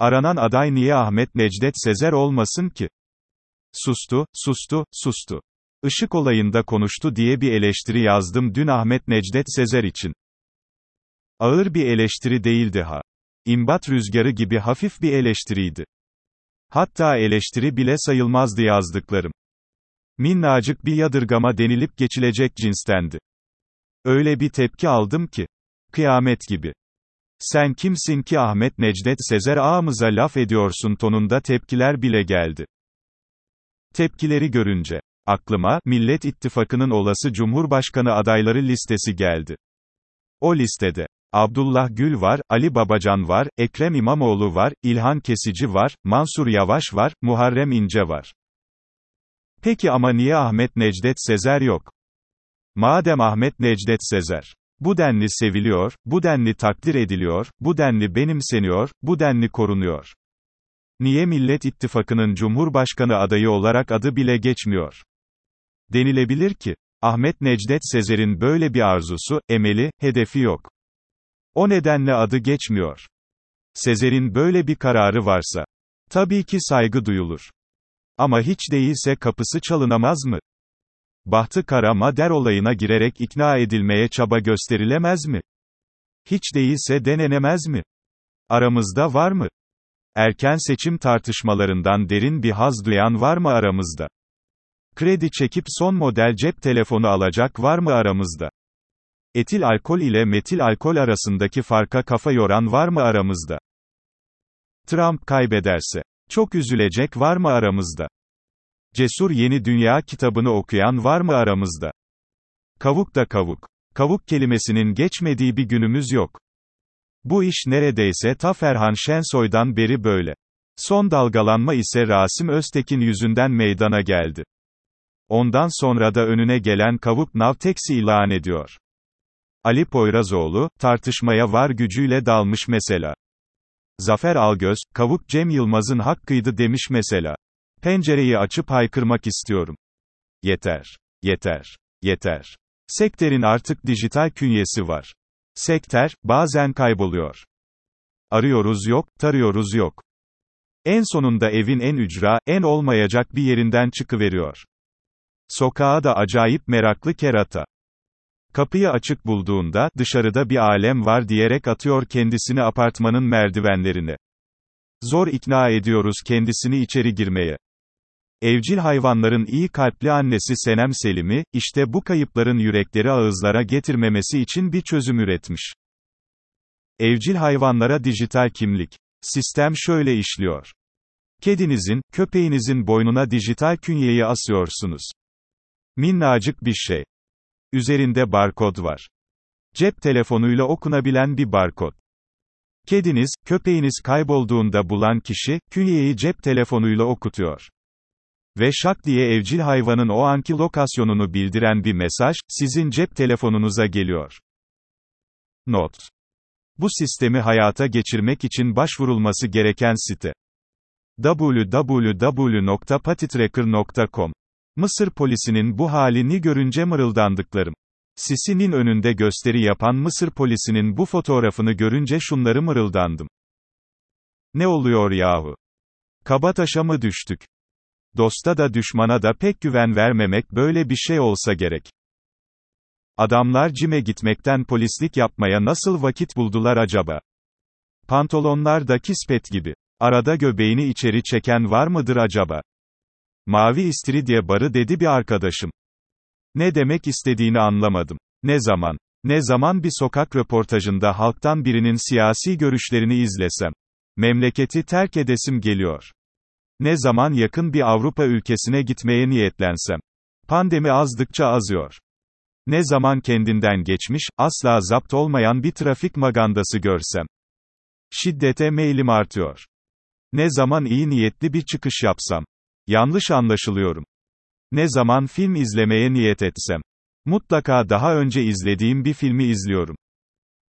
Aranan aday niye Ahmet Necdet Sezer olmasın ki? Sustu, sustu, sustu. Işık olayında konuştu diye bir eleştiri yazdım dün Ahmet Necdet Sezer için. Ağır bir eleştiri değildi ha. İmbat rüzgarı gibi hafif bir eleştiriydi. Hatta eleştiri bile sayılmazdı yazdıklarım. Minnacık bir yadırgama denilip geçilecek cinstendi. Öyle bir tepki aldım ki. Kıyamet gibi. Sen kimsin ki Ahmet Necdet Sezer ağamıza laf ediyorsun tonunda tepkiler bile geldi. Tepkileri görünce aklıma, Millet İttifakı'nın olası Cumhurbaşkanı adayları listesi geldi. O listede Abdullah Gül var, Ali Babacan var, Ekrem İmamoğlu var, İlhan Kesici var, Mansur Yavaş var, Muharrem İnce var. Peki ama niye Ahmet Necdet Sezer yok? Madem Ahmet Necdet Sezer bu denli seviliyor, bu denli takdir ediliyor, bu denli benimseniyor, bu denli korunuyor. Niye Millet İttifakı'nın Cumhurbaşkanı adayı olarak adı bile geçmiyor? Denilebilir ki, Ahmet Necdet Sezer'in böyle bir arzusu, emeli, hedefi yok. O nedenle adı geçmiyor. Sezer'in böyle bir kararı varsa, tabii ki saygı duyulur. Ama hiç değilse kapısı çalınamaz mı? Bahtı kara mader olayına girerek ikna edilmeye çaba gösterilemez mi? Hiç değilse denenemez mi? Aramızda var mı? Erken seçim tartışmalarından derin bir haz duyan var mı aramızda? Kredi çekip son model cep telefonu alacak var mı aramızda? Etil alkol ile metil alkol arasındaki farka kafa yoran var mı aramızda? Trump kaybederse çok üzülecek var mı aramızda? Cesur Yeni Dünya kitabını okuyan var mı aramızda? Kavuk da kavuk. Kavuk kelimesinin geçmediği bir günümüz yok. Bu iş neredeyse ta Ferhan Şensoy'dan beri böyle. Son dalgalanma ise Rasim Öztekin yüzünden meydana geldi. Ondan sonra da önüne gelen kavuk Navteks'i ilan ediyor. Ali Poyrazoğlu, tartışmaya var gücüyle dalmış mesela. Zafer Algöz, kavuk Cem Yılmaz'ın hakkıydı demiş mesela. Pencereyi açıp haykırmak istiyorum. Yeter. Yeter. Yeter. Sekter'in artık dijital künyesi var. Sekter, bazen kayboluyor. Arıyoruz yok, tarıyoruz yok. En sonunda evin en ücra, en olmayacak bir yerinden çıkıveriyor. Sokağa da acayip meraklı kerata. Kapıyı açık bulduğunda, dışarıda bir alem var diyerek atıyor kendisini apartmanın merdivenlerine. Zor ikna ediyoruz kendisini içeri girmeye. Evcil hayvanların iyi kalpli annesi Senem Selim'i, işte bu kayıpların yürekleri ağızlara getirmemesi için bir çözüm üretmiş. Evcil hayvanlara dijital kimlik. Sistem şöyle işliyor. Kedinizin, köpeğinizin boynuna dijital künyeyi asıyorsunuz. Minnacık bir şey. Üzerinde barkod var. Cep telefonuyla okunabilen bir barkod. Kediniz, köpeğiniz kaybolduğunda bulan kişi, künyeyi cep telefonuyla okutuyor. Ve şak diye evcil hayvanın o anki lokasyonunu bildiren bir mesaj, sizin cep telefonunuza geliyor. Not. Bu sistemi hayata geçirmek için başvurulması gereken site. www.patitracker.com. Mısır polisinin bu halini görünce mırıldandıklarım. Sisi'nin önünde gösteri yapan Mısır polisinin bu fotoğrafını görünce şunları mırıldandım. Ne oluyor yahu? Kabataşa mı düştük? Dosta da düşmana da pek güven vermemek böyle bir şey olsa gerek. Adamlar cime gitmekten polislik yapmaya nasıl vakit buldular acaba? Pantolonlar da kispet gibi. Arada göbeğini içeri çeken var mıdır acaba? Mavi istiridye barı dedi bir arkadaşım. Ne demek istediğini anlamadım. Ne zaman? Ne zaman bir sokak röportajında halktan birinin siyasi görüşlerini izlesem? Memleketi terk edesim geliyor. Ne zaman yakın bir Avrupa ülkesine gitmeye niyetlensem? Pandemi azdıkça azıyor. Ne zaman kendinden geçmiş, asla zapt olmayan bir trafik magandası görsem? Şiddete meylim artıyor. Ne zaman iyi niyetli bir çıkış yapsam? Yanlış anlaşılıyorum. Ne zaman film izlemeye niyet etsem? Mutlaka daha önce izlediğim bir filmi izliyorum.